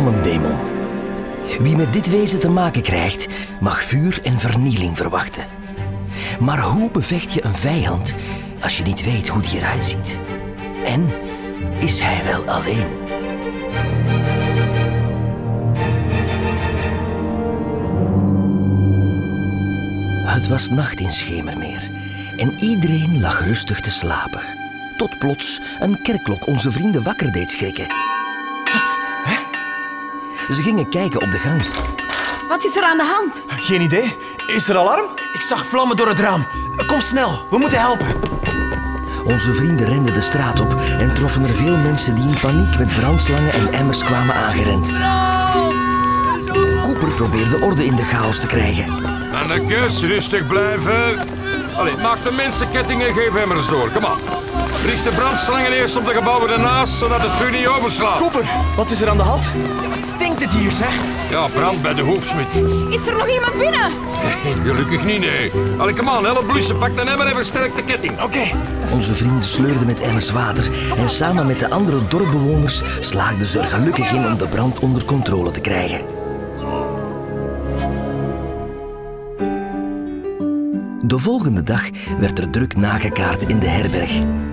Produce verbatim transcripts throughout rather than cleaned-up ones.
een demon. Wie met dit wezen te maken krijgt, mag vuur en vernieling verwachten. Maar hoe bevecht je een vijand als je niet weet hoe die eruit ziet? En is hij wel alleen? Het was nacht in Schemermeer en iedereen lag rustig te slapen. Tot plots een kerkklok onze vrienden wakker deed schrikken. Hè? Ze gingen kijken op de gang. Wat is er aan de hand? Geen idee. Is er alarm? Ik zag vlammen door het raam. Kom snel, we moeten helpen. Onze vrienden renden de straat op en troffen er veel mensen die in paniek met brandslangen en emmers kwamen aangerend. Cooper probeerde orde in de chaos te krijgen. Mannekes, rustig blijven. Allee, maak de mensenkettingen, geef emmers door. Kom aan. Richt de brandslangen eerst op de gebouwen ernaast, zodat het vuur niet overslaat. Cooper, wat is er aan de hand? Wat stinkt het hier, zeg? Ja, brand bij de hoefsmid. Is er nog iemand binnen? Nee, gelukkig niet, nee. Allee, kom aan, help blussen, pak de emmer en versterk de ketting. Oké. Okay. Onze vrienden sleurden met emmers water en samen met de andere dorpbewoners slaagden ze er gelukkig in om de brand onder controle te krijgen. De volgende dag werd er druk nagekaart in de herberg.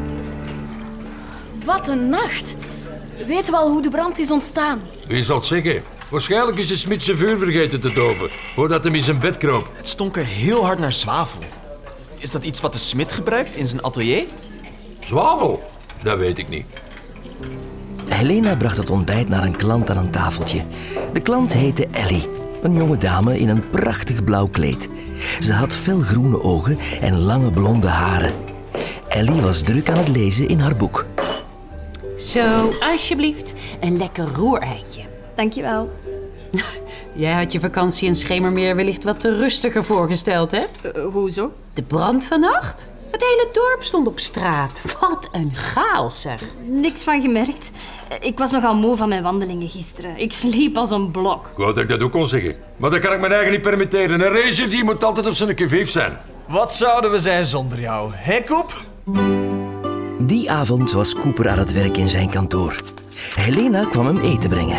Wat een nacht. Weten we al hoe de brand is ontstaan? Wie zal het zeggen? Waarschijnlijk is de smid zijn vuur vergeten te doven, voordat hij in zijn bed kroop. Het stonk er heel hard naar zwavel. Is dat iets wat de smid gebruikt in zijn atelier? Zwavel? Dat weet ik niet. Helena bracht het ontbijt naar een klant aan een tafeltje. De klant heette Ellie, een jonge dame in een prachtig blauw kleed. Ze had felgroene ogen en lange blonde haren. Ellie was druk aan het lezen in haar boek. Zo, alsjeblieft, een lekker roereitje. Dankjewel. Jij had je vakantie in Schemermeer wellicht wat rustiger voorgesteld, hè? Uh, hoezo? De brand vannacht? Het hele dorp stond op straat. Wat een chaos, zeg. Niks van gemerkt. Ik was nogal moe van mijn wandelingen gisteren. Ik sliep als een blok. Ik wou dat ik dat ook kon zeggen. Maar dat kan ik mijn eigen niet permitteren. Een racer die moet altijd op zijn kivief zijn. Wat zouden we zijn zonder jou, hè, Koep? Die avond was Cooper aan het werk in zijn kantoor. Helena kwam hem eten brengen.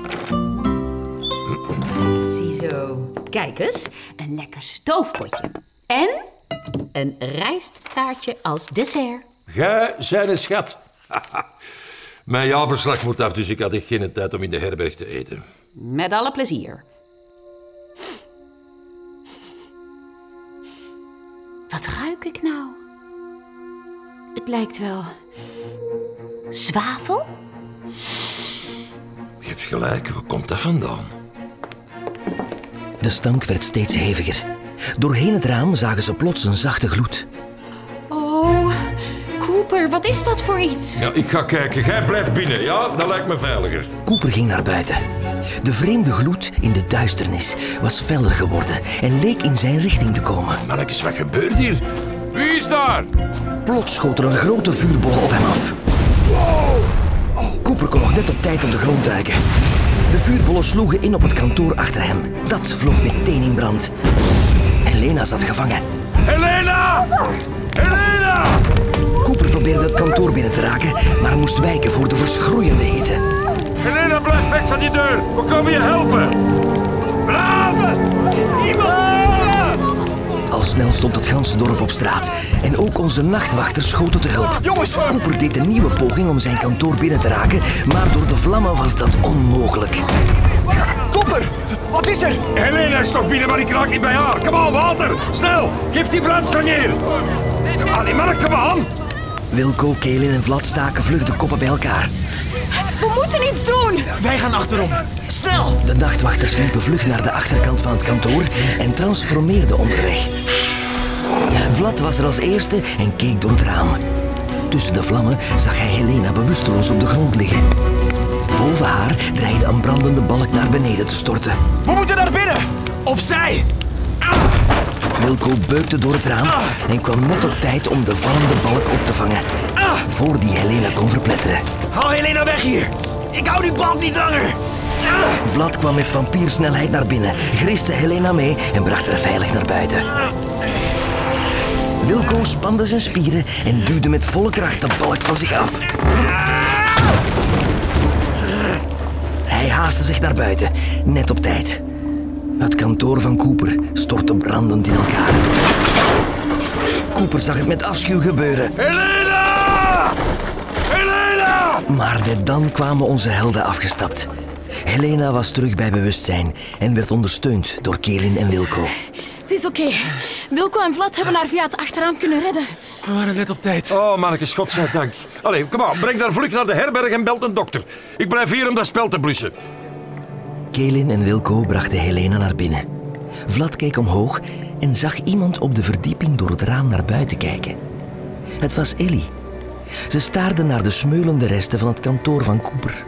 Ziezo. Kijk eens, een lekker stoofpotje. En een rijsttaartje als dessert. Jij zijn een schat. Mijn jaarverslag moet af, dus ik had echt geen tijd om in de herberg te eten. Met alle plezier. Wat ruik ik nou? Het lijkt wel zwavel? Je hebt gelijk, waar komt dat vandaan? De stank werd steeds heviger. Doorheen het raam zagen ze plots een zachte gloed. Oh, Cooper, wat is dat voor iets? Ja, ik ga kijken. Jij blijft binnen, ja? Dat lijkt me veiliger. Cooper ging naar buiten. De vreemde gloed in de duisternis was feller geworden en leek in zijn richting te komen. Mannetjes, wat gebeurt hier? Wie is daar? Plots schoot er een grote vuurbol op hem af. Cooper kon nog net op tijd op de grond duiken. De vuurbollen sloegen in op het kantoor achter hem. Dat vloog meteen in brand. Helena zat gevangen. Helena! Helena! Cooper probeerde het kantoor binnen te raken, maar moest wijken voor de verschroeiende hitte. Helena, blijf weg van die deur. We komen je helpen. Braven! Iemand! Al snel stond het ganse dorp op straat. En ook onze nachtwachter schoten te hulp. Jongens! Cooper deed een nieuwe poging om zijn kantoor binnen te raken, maar door de vlammen was dat onmogelijk. Cooper, wat is er? Helena is toch binnen, maar ik raak niet bij haar. Kom aan, water! Snel! Geef die brandstang hier! Allee, man, kom aan! Wilco, Kaelin en Vlad staken vlug de koppen bij elkaar. We moeten iets doen! Wij gaan achterom. Snel! De nachtwachters liepen vlug naar de achterkant van het kantoor en transformeerden onderweg. Vlad was er als eerste en keek door het raam. Tussen de vlammen zag hij Helena bewusteloos op de grond liggen. Boven haar dreigde een brandende balk naar beneden te storten. We moeten naar binnen! Opzij! Wilco beukte door het raam en kwam net op tijd om de vallende balk op te vangen, voor die Helena kon verpletteren. Haal Helena weg hier! Ik hou die balk niet langer! Vlad kwam met vampiersnelheid naar binnen, griste Helena mee en bracht haar veilig naar buiten. Wilco spande zijn spieren en duwde met volle kracht de balk van zich af. Hij haalde haastte zich naar buiten, net op tijd. Het kantoor van Cooper stortte brandend in elkaar. Cooper zag het met afschuw gebeuren. Helena! Helena! Maar net dan kwamen onze helden afgestapt. Helena was terug bij bewustzijn en werd ondersteund door Kaelin en Wilco. Ze is oké. Wilco en Vlad hebben haar via het achterraam kunnen redden. We waren net op tijd. Oh, manneke, godzijdank. Allee, kom aan, breng daar vlug naar de herberg en belt een dokter. Ik blijf hier om dat spel te blussen. Kaelin en Wilco brachten Helena naar binnen. Vlad keek omhoog en zag iemand op de verdieping door het raam naar buiten kijken. Het was Ellie. Ze staarde naar de smeulende resten van het kantoor van Cooper.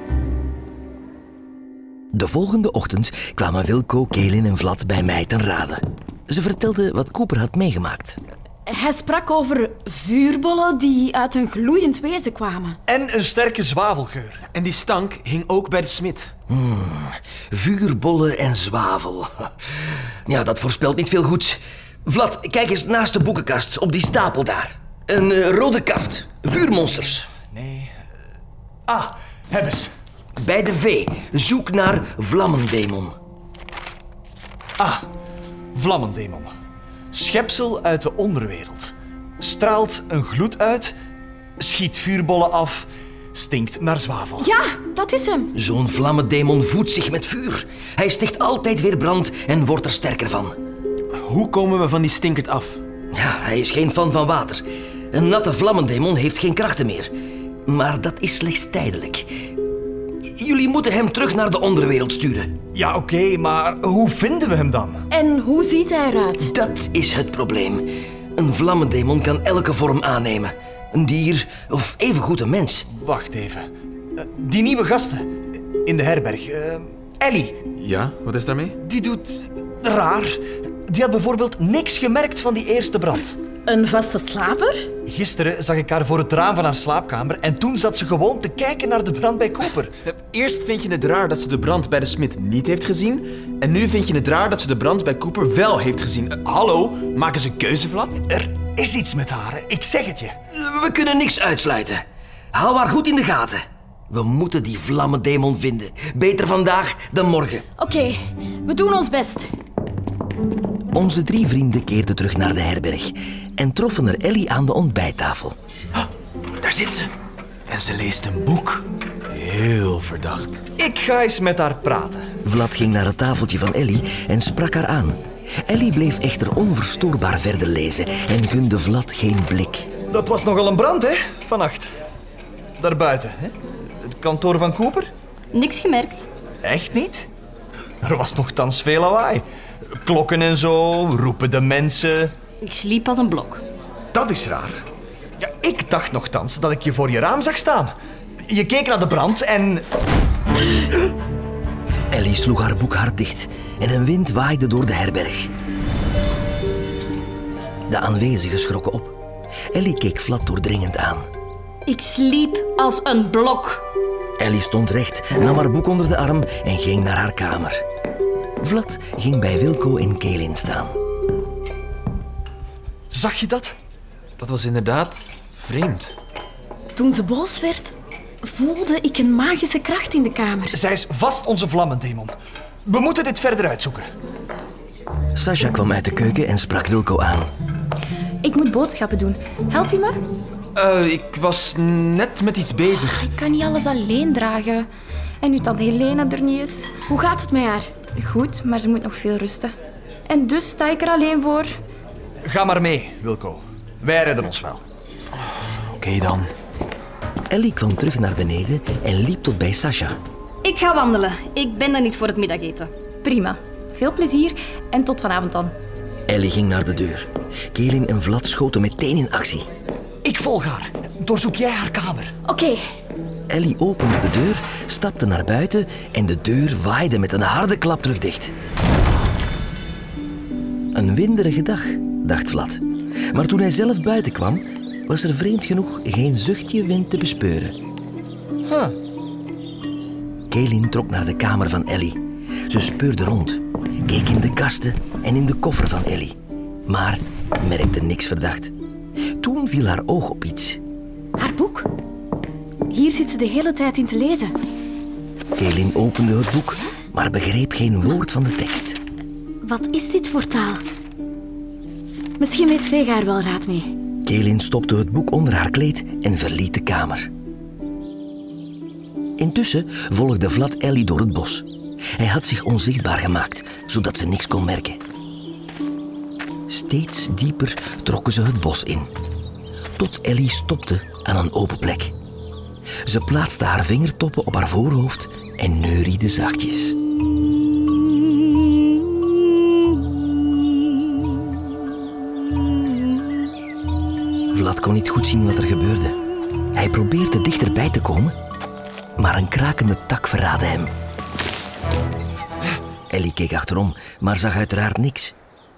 De volgende ochtend kwamen Wilco, Kaelin en Vlad bij mij ten rade. Ze vertelden wat Cooper had meegemaakt. Hij sprak over vuurbollen die uit een gloeiend wezen kwamen. En een sterke zwavelgeur. En die stank hing ook bij de smid. Hmm, vuurbollen en zwavel. Ja, dat voorspelt niet veel goeds. Vlad, kijk eens naast de boekenkast, op die stapel daar. Een uh, rode kaft. Vuurmonsters. Nee. Ah, heb eens. Bij de V. Zoek naar Vlammendemon. Ah, Vlammendemon. Schepsel uit de onderwereld. Straalt een gloed uit, schiet vuurbollen af, stinkt naar zwavel. Ja, dat is hem. Zo'n Vlammendemon voedt zich met vuur. Hij sticht altijd weer brand en wordt er sterker van. Hoe komen we van die stinkert af? Ja, hij is geen fan van water. Een natte Vlammendemon heeft geen krachten meer. Maar dat is slechts tijdelijk. Jullie moeten hem terug naar de onderwereld sturen. Ja, oké, okay, maar hoe vinden we hem dan? En hoe ziet hij eruit? Dat is het probleem. Een Vlammendemon kan elke vorm aannemen. Een dier of evengoed een mens. Wacht even. Uh, die nieuwe gasten in de herberg. Uh, Ellie. Ja, wat is daarmee? Die doet raar. Die had bijvoorbeeld niks gemerkt van die eerste brand. Een vaste slaper? Gisteren zag ik haar voor het raam van haar slaapkamer en toen zat ze gewoon te kijken naar de brand bij Cooper. Eerst vind je het raar dat ze de brand bij de smid niet heeft gezien en nu vind je het raar dat ze de brand bij Cooper wel heeft gezien. Uh, hallo, maken ze een keuze, Vlad? Er is iets met haar, ik zeg het je. We kunnen niks uitsluiten. Hou haar goed in de gaten. We moeten die Vlammendemon vinden. Beter vandaag dan morgen. Oké, okay, we doen ons best. Onze drie vrienden keerden terug naar de herberg en troffen er Ellie aan de ontbijttafel. Ah, daar zit ze. En ze leest een boek. Heel verdacht. Ik ga eens met haar praten. Vlad ging naar het tafeltje van Ellie en sprak haar aan. Ellie bleef echter onverstoorbaar verder lezen en gunde Vlad geen blik. Dat was nogal een brand, hè, vannacht. Daarbuiten, hè? Het kantoor van Cooper? Niks gemerkt. Echt niet? Er was nogthans veel lawaai. Klokken en zo, roepen de mensen. Ik sliep als een blok. Dat is raar. Ja, ik dacht nogthans dat ik je voor je raam zag staan. Je keek naar de brand en... Ellie sloeg haar boek hard dicht en een wind waaide door de herberg. De aanwezigen schrokken op. Ellie keek Vlad doordringend aan. Ik sliep als een blok. Ellie stond recht, nam haar boek onder de arm en ging naar haar kamer. Vlad ging bij Wilco en Kaelin staan. Zag je dat? Dat was inderdaad vreemd. Toen ze boos werd, voelde ik een magische kracht in de kamer. Zij is vast onze Vlammendemon. We moeten dit verder uitzoeken. Sasha kwam uit de keuken en sprak Wilco aan. Ik moet boodschappen doen. Help je me? Uh, ik was net met iets bezig. Ik kan niet alles alleen dragen. En nu dat Helena er niet is. Hoe gaat het met haar? Goed, maar ze moet nog veel rusten. En dus sta ik er alleen voor. Ga maar mee, Wilco. Wij redden ons wel. Oké okay, dan. Ellie kwam terug naar beneden en liep tot bij Sasha. Ik ga wandelen. Ik ben er niet voor het middageten. Prima. Veel plezier en tot vanavond dan. Ellie ging naar de deur. Kaelin en Vlad schoten meteen in actie. Ik volg haar. Doorzoek jij haar kamer. Oké. Okay. Ellie opende de deur, stapte naar buiten en de deur waaide met een harde klap terug dicht. Een winderige dag, dacht Vlad. Maar toen hij zelf buiten kwam, was er vreemd genoeg geen zuchtje wind te bespeuren. Huh. Kaelin trok naar de kamer van Ellie. Ze speurde rond, keek in de kasten en in de koffer van Ellie. Maar merkte niks verdacht. Toen viel haar oog op iets. Haar boek. Hier zit ze de hele tijd in te lezen. Kaelin opende het boek, maar begreep geen woord van de tekst. Wat is dit voor taal? Misschien weet Vega er wel raad mee. Kaelin stopte het boek onder haar kleed en verliet de kamer. Intussen volgde Vlad Ellie door het bos. Hij had zich onzichtbaar gemaakt, zodat ze niks kon merken. Steeds dieper trokken ze het bos in. Tot Ellie stopte aan een open plek. Ze plaatste haar vingertoppen op haar voorhoofd en neuriede zachtjes. Vlad kon niet goed zien wat er gebeurde. Hij probeerde dichterbij te komen, maar een krakende tak verraadde hem. Ellie keek achterom, maar zag uiteraard niks.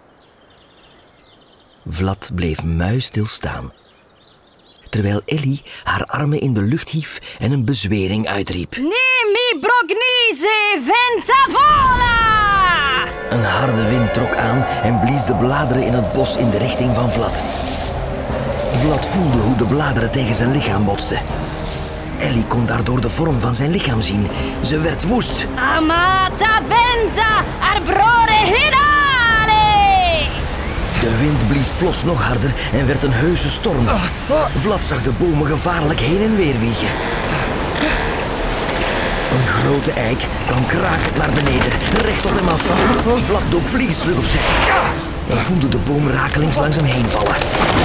Vlad bleef muisstil staan, terwijl Ellie haar armen in de lucht hief en een bezwering uitriep. Nemi brognise ventavola! Een harde wind trok aan en blies de bladeren in het bos in de richting van Vlad. Vlad voelde hoe de bladeren tegen zijn lichaam botsten. Ellie kon daardoor de vorm van zijn lichaam zien. Ze werd woest. Amata venta arbrore hinale! De wind blies plots nog harder en werd een heuse storm. Vlad zag de bomen gevaarlijk heen en weer wiegen. Een grote eik kwam krakend naar beneden, recht op hem af. Vlad dook vliegensvlug opzij en voelde de boom rakelings langs hem heen vallen.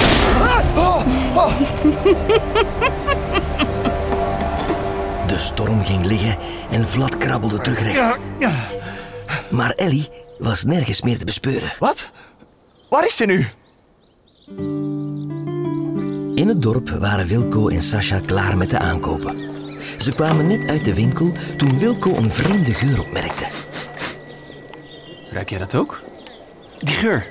De storm ging liggen en Vlad krabbelde terug recht. Maar Ellie was nergens meer te bespeuren. Wat? Waar is ze nu? In het dorp waren Wilco en Sasha klaar met de aankopen. Ze kwamen net uit de winkel toen Wilco een vreemde geur opmerkte. Ruik jij dat ook? Die geur.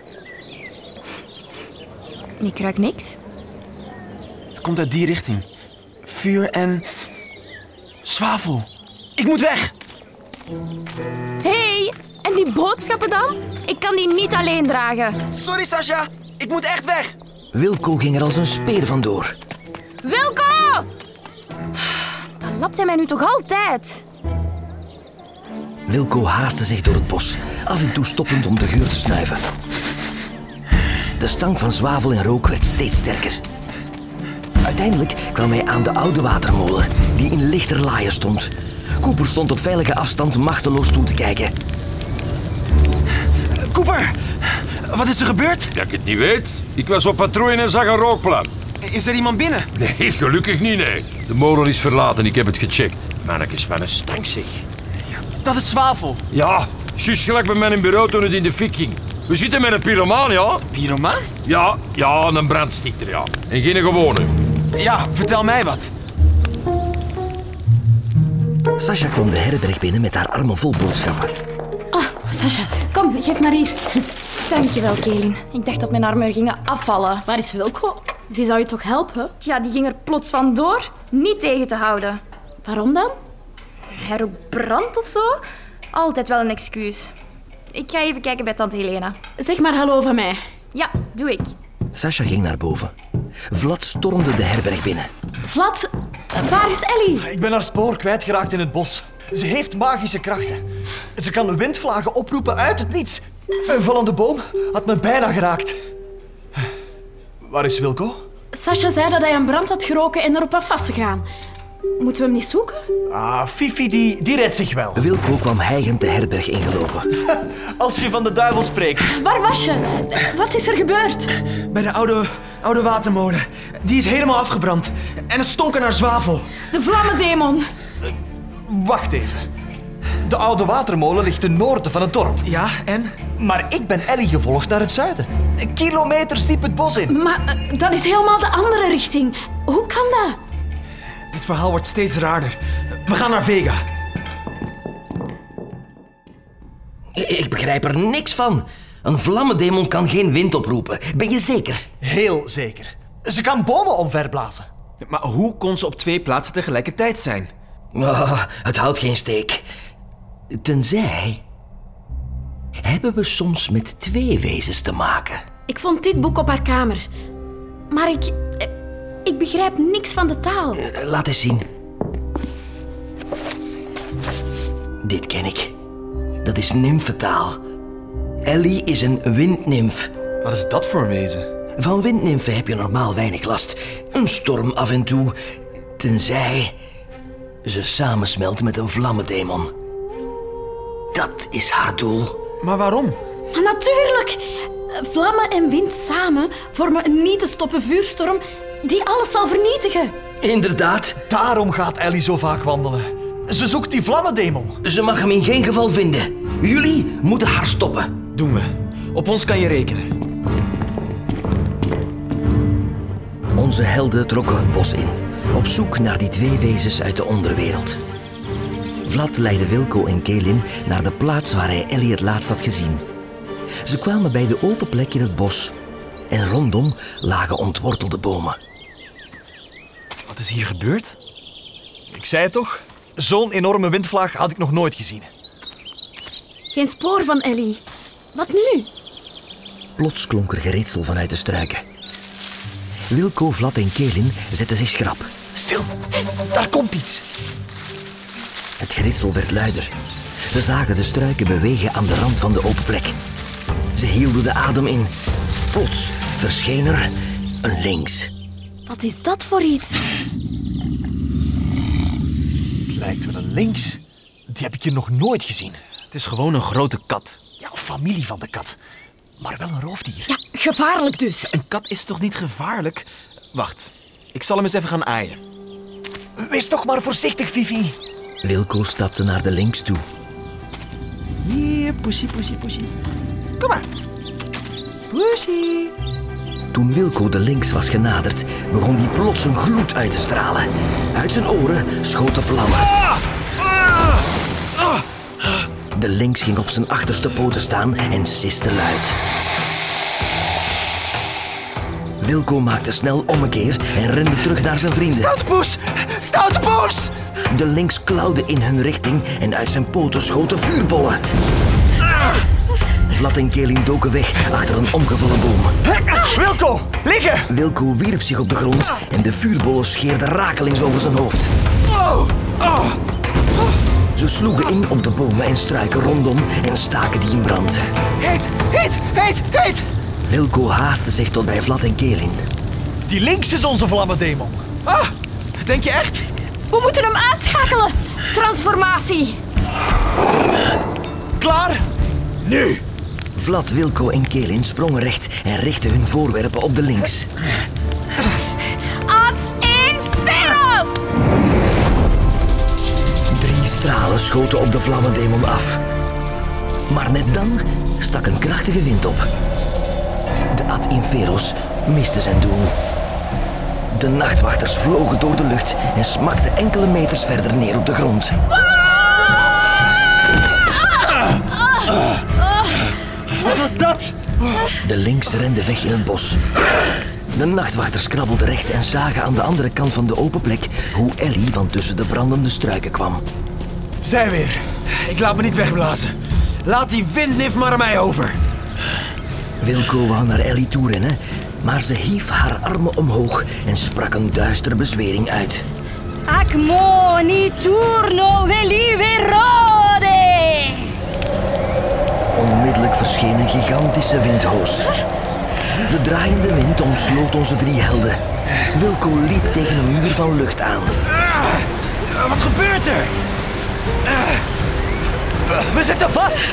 Ik ruik niks. Het komt uit die richting. Vuur en... zwavel. Ik moet weg! Hé, hey, en die boodschappen dan? Ik kan die niet alleen dragen. Sorry, Sasha. Ik moet echt weg. Wilco ging er als een speer vandoor. Wilco! Dan lapt hij mij nu toch altijd? Wilco haastte zich door het bos, af en toe stoppend om de geur te snuiven. De stank van zwavel en rook werd steeds sterker. Uiteindelijk kwam hij aan de oude watermolen, die in lichterlaaien stond. Cooper stond op veilige afstand machteloos toe te kijken. Cooper, wat is er gebeurd? Dat ik het niet weet. Ik was op patrouille en zag een rookplan. Is er iemand binnen? Nee, gelukkig niet, nee. De molen is verlaten, ik heb het gecheckt. Mannekes, wat een stank zeg. Dat is zwavel. Ja, juist gelijk bij mijn bureau toen het in de fik ging. We zitten met een pyromaan, ja? Pyromaan? Ja, ja, een brandstichter, ja. En geen gewone. Ja, vertel mij wat. Sasha kwam de herberg binnen met haar armen vol boodschappen. Ah, Sasha, kom, geef maar hier. Dankjewel, Kaelin. Ik dacht dat mijn armen er gingen afvallen. Waar is Wilco? Die zou je toch helpen? Ja, die ging er plots vandoor. Niet tegen te houden. Waarom dan? Hij rook brand of zo? Altijd wel een excuus. Ik ga even kijken bij tante Helena. Zeg maar hallo van mij. Ja, doe ik. Sasha ging naar boven. Vlad stormde de herberg binnen. Vlad, waar is Ellie? Ik ben haar spoor kwijtgeraakt in het bos. Ze heeft magische krachten. Ze kan windvlagen oproepen uit het niets. Een vallende boom had me bijna geraakt. Waar is Wilco? Sasha zei dat hij een brand had geroken en erop af was gegaan. Moeten we hem niet zoeken? Ah, Fifi, die, die redt zich wel. Wilco kwam hijgend de herberg ingelopen. Als je van de duivel spreekt. Waar was je? Wat is er gebeurd? Bij de oude, oude watermolen. Die is helemaal afgebrand. En het stonk er naar zwavel. De vlammendemon. Wacht even. De oude watermolen ligt ten noorden van het dorp. Ja, en? Maar ik ben Ellie gevolgd naar het zuiden. Kilometers diep het bos in. Maar uh, dat is helemaal de andere richting. Hoe kan dat? Dit verhaal wordt steeds raarder. We gaan naar Vega. Ik, ik begrijp er niks van. Een vlammendemon kan geen wind oproepen. Ben je zeker? Heel zeker. Ze kan bomen omverblazen. Maar hoe kon ze op twee plaatsen tegelijkertijd zijn? Oh, het houdt geen steek. Tenzij... Hebben we soms met twee wezens te maken? Ik vond dit boek op haar kamer. Maar ik... eh, Ik begrijp niks van de taal. Uh, laat eens zien. Dit ken ik. Dat is nymfentaal. Ellie is een windnimf. Wat is dat voor een wezen? Van windnimfen heb je normaal weinig last. Een storm af en toe. Tenzij ze samensmelt met een vlammendemon. Dat is haar doel. Maar waarom? Maar natuurlijk! Vlammen en wind samen vormen een niet te stoppen vuurstorm die alles zal vernietigen. Inderdaad. Daarom gaat Ellie zo vaak wandelen. Ze zoekt die vlammendemon. Ze mag hem in geen geval vinden. Jullie moeten haar stoppen. Doen we. Op ons kan je rekenen. Onze helden trokken het bos in, op zoek naar die twee wezens uit de onderwereld. Vlad leidde Wilco en Kaelin naar de plaats waar hij Ellie het laatst had gezien. Ze kwamen bij de open plek in het bos en rondom lagen ontwortelde bomen. Wat is hier gebeurd? Ik zei het toch? Zo'n enorme windvlaag had ik nog nooit gezien. Geen spoor van Ellie. Wat nu? Plots klonk er geritsel vanuit de struiken. Wilco, Vlad en Kaelin zetten zich schrap. Stil, daar komt iets. Het geritsel werd luider. Ze zagen de struiken bewegen aan de rand van de open plek. Ze hielden de adem in. Plots verscheen er een lynx. Wat is dat voor iets? Het lijkt wel een lynx. Die heb ik hier nog nooit gezien. Het is gewoon een grote kat. Ja, familie van de kat. Maar wel een roofdier. Ja, gevaarlijk dus. Een kat is toch niet gevaarlijk? Wacht, ik zal hem eens even gaan aaien. Wees toch maar voorzichtig, Fifi. Wilco stapte naar de lynx toe. Hier, poesie, poesie, poesie. Kom maar. Poesie. Toen Wilco de lynx was genaderd, begon die plots een gloed uit te stralen. Uit zijn oren schoten vlammen. De lynx ging op zijn achterste poten staan en siste luid. Wilco maakte snel ommekeer en rende terug naar zijn vrienden. Stoute poes! Stoute poes! De lynx klauwde in hun richting en uit zijn poten schoten vuurbollen. Vlad en Kaelin doken weg achter een omgevallen boom. Wilco, liggen! Wilco wierp zich op de grond en de vuurbollen scheerden rakelings over zijn hoofd. Ze sloegen in op de bomen en struiken rondom en staken die in brand. Heet, heet, heet, heet! Wilco haastte zich tot bij Vlad en Kaelin. Die links is onze vlammendemon. Ah, denk je echt? We moeten hem uitschakelen. Transformatie. Klaar? Nu! Vlad, Wilco en Kaelin sprongen recht en richtten hun voorwerpen op de lynx. Ad Inferos! Drie stralen schoten op de vlammendemon af. Maar net dan stak een krachtige wind op. De Ad Inferos miste zijn doel. De nachtwachters vlogen door de lucht en smakten enkele meters verder neer op de grond. Wat was dat? De lynx rende weg in het bos. De nachtwachters krabbelden recht en zagen aan de andere kant van de open plek hoe Ellie van tussen de brandende struiken kwam. Zij weer. Ik laat me niet wegblazen. Laat die windnimf maar aan mij over. Wilco wou naar Ellie toe rennen, maar ze hief haar armen omhoog en sprak een duistere bezwering uit. Acmoni turno veliverode. Onmiddellijk verscheen een gigantische windhoos. De draaiende wind omsloot onze drie helden. Wilco liep tegen een muur van lucht aan. Wat gebeurt er? We zitten vast!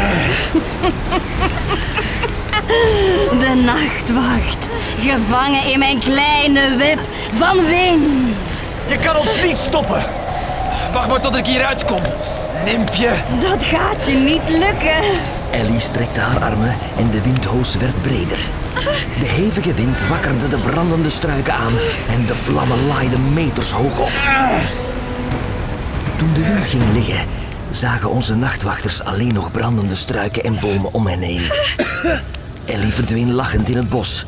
De nachtwacht, gevangen in mijn kleine web van wind. Je kan ons niet stoppen. Wacht maar tot ik hieruit kom. Nymfje. Dat gaat je niet lukken. Ellie strekte haar armen en de windhoos werd breder. De hevige wind wakkerde de brandende struiken aan en de vlammen laaiden meters hoog op. Toen de wind ging liggen, zagen onze nachtwachters alleen nog brandende struiken en bomen om hen heen. Ellie verdween lachend in het bos.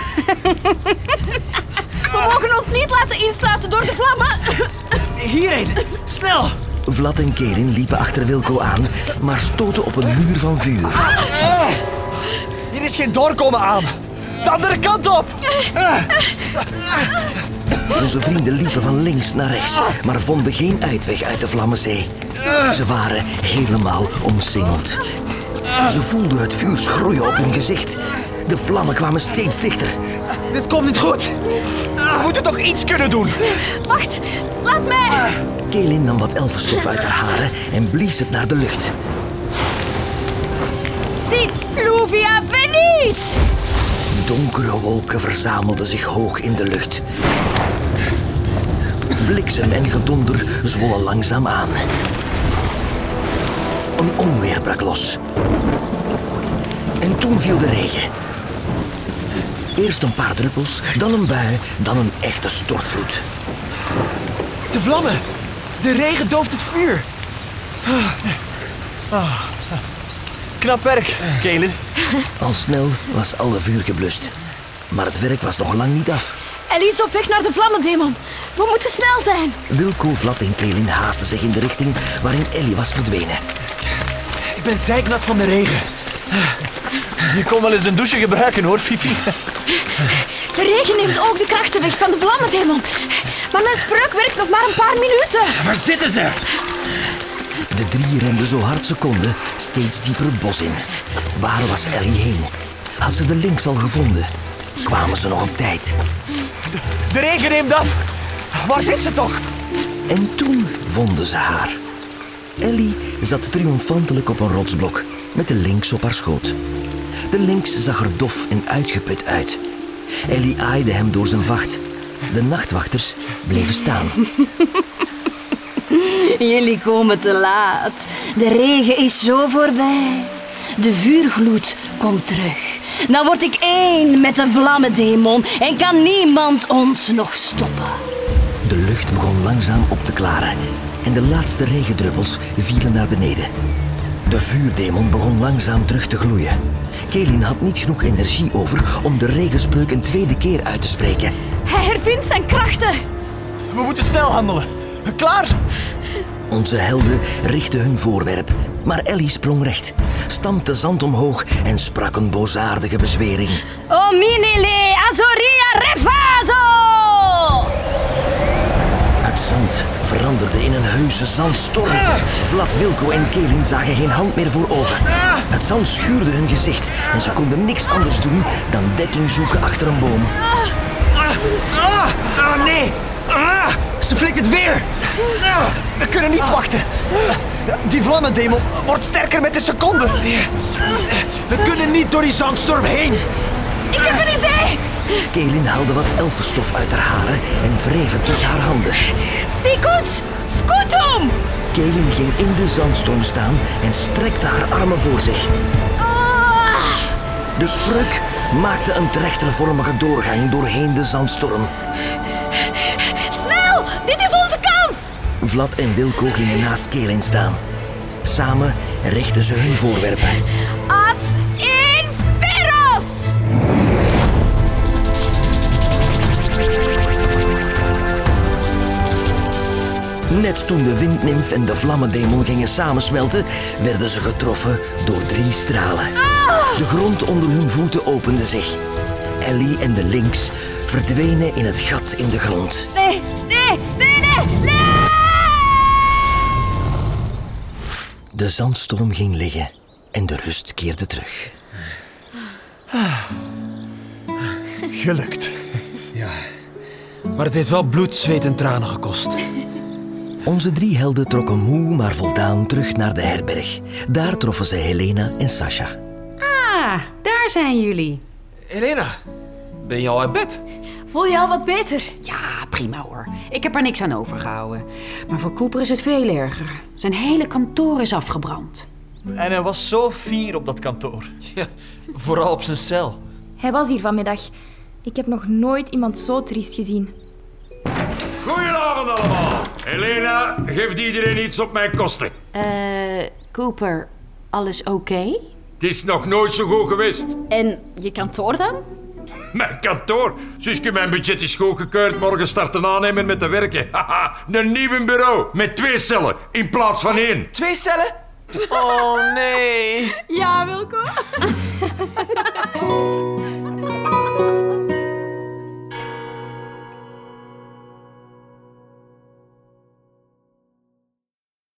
We mogen ons niet laten insluiten door de vlammen. Hierheen, snel! Vlad en Kaelin liepen achter Wilco aan, maar stoten op een muur van vuur. Hier is geen doorkomen aan. De andere kant op! Onze vrienden liepen van links naar rechts, maar vonden geen uitweg uit de Vlammenzee. Ze waren helemaal omsingeld. Ze voelden het vuur schroeien op hun gezicht. De vlammen kwamen steeds dichter. Dit komt niet goed. We moeten toch iets kunnen doen? Wacht, laat mij! Kaelin nam wat elfenstof uit haar haren en blies het naar de lucht. Sit pluvia venit! Donkere wolken verzamelden zich hoog in de lucht. Bliksem en gedonder zwollen langzaam aan. Een onweer brak los. En toen viel de regen. Eerst een paar druppels, dan een bui, dan een echte stortvloed. De vlammen. De regen dooft het vuur. Knap werk, Kaelin. Al snel was al de vuur geblust. Maar het werk was nog lang niet af. Ellie is op weg naar de Vlammendemon. We moeten snel zijn. Wilco, Vlad en Kaelin haasten zich in de richting waarin Ellie was verdwenen. Ik ben zeiknat van de regen. Je kon wel eens een douche gebruiken, hoor, Fifi. De regen neemt ook de krachten weg van de Vlammendemon. Maar mijn spreuk werkt nog maar een paar minuten. Waar zitten ze? De drie renden zo hard ze konden steeds dieper het bos in. Waar was Ellie heen? Had ze de links al gevonden? Kwamen ze nog op tijd? De regen neemt af. Waar zit ze toch? En toen vonden ze haar. Ellie zat triomfantelijk op een rotsblok met de lynx op haar schoot. De lynx zag er dof en uitgeput uit. Ellie aaide hem door zijn vacht. De nachtwachters bleven staan. Jullie komen te laat. De regen is zo voorbij. De vuurgloed komt terug. Dan word ik één met de Vlammendemon en kan niemand ons nog stoppen. De lucht begon langzaam op te klaren en de laatste regendruppels vielen naar beneden. De vuurdemon begon langzaam terug te gloeien. Kaelin had niet genoeg energie over om de regenspreuk een tweede keer uit te spreken. Hij hervindt zijn krachten. We moeten snel handelen. Klaar? Onze helden richtten hun voorwerp, maar Ellie sprong recht, stampte zand omhoog en sprak een boosaardige bezwering. O minile azoria refazo! Het zand veranderde in een heuse zandstorm. Vlad, Wilco en Kaelin zagen geen hand meer voor ogen. Het zand schuurde hun gezicht en ze konden niks anders doen dan dekking zoeken achter een boom. Ah, ah nee. Ah, ze flikt het weer. Ah, we kunnen niet wachten. Die Vlammendemon wordt sterker met de seconde. We kunnen niet door die zandstorm heen. Ik heb een idee. Kaelin haalde wat elfenstof uit haar haren en wreef het tussen haar handen. Sicut, scutum. Kaelin ging in de zandstorm staan en strekte haar armen voor zich. De spreuk maakte een trechtervormige doorgang doorheen de zandstorm. Snel, dit is onze kans. Vlad en Wilco gingen naast Kaelin staan. Samen richtten ze hun voorwerpen. Ad inferos. Net toen de windnimf en de Vlammendemon gingen samensmelten, werden ze getroffen door drie stralen. De grond onder hun voeten opende zich. Ellie en de lynx verdwenen in het gat in de grond. Nee, nee, nee, nee, nee. De zandstorm ging liggen en de rust keerde terug. Gelukt. Ja, maar het heeft wel bloed, zweet en tranen gekost. Onze drie helden trokken moe maar voldaan terug naar de herberg. Daar troffen ze Helena en Sasha. Ah, daar zijn jullie. Helena, ben je al uit bed? Voel je al wat beter? Ja, prima hoor. Ik heb er niks aan overgehouden. Maar voor Cooper is het veel erger. Zijn hele kantoor is afgebrand. En hij was zo fier op dat kantoor. Ja, vooral op zijn cel. Hij was hier vanmiddag. Ik heb nog nooit iemand zo triest gezien. Goedenavond allemaal. Helena, geeft iedereen iets op mijn kosten. Eh, Cooper, alles oké? Het is nog nooit zo goed geweest. En je kantoor dan? Mijn kantoor. Suske, mijn budget is goedgekeurd. Morgen starten aannemen met te werken. Haha, een nieuw bureau met twee cellen in plaats van één. Twee cellen? Oh nee. Ja, Wilco.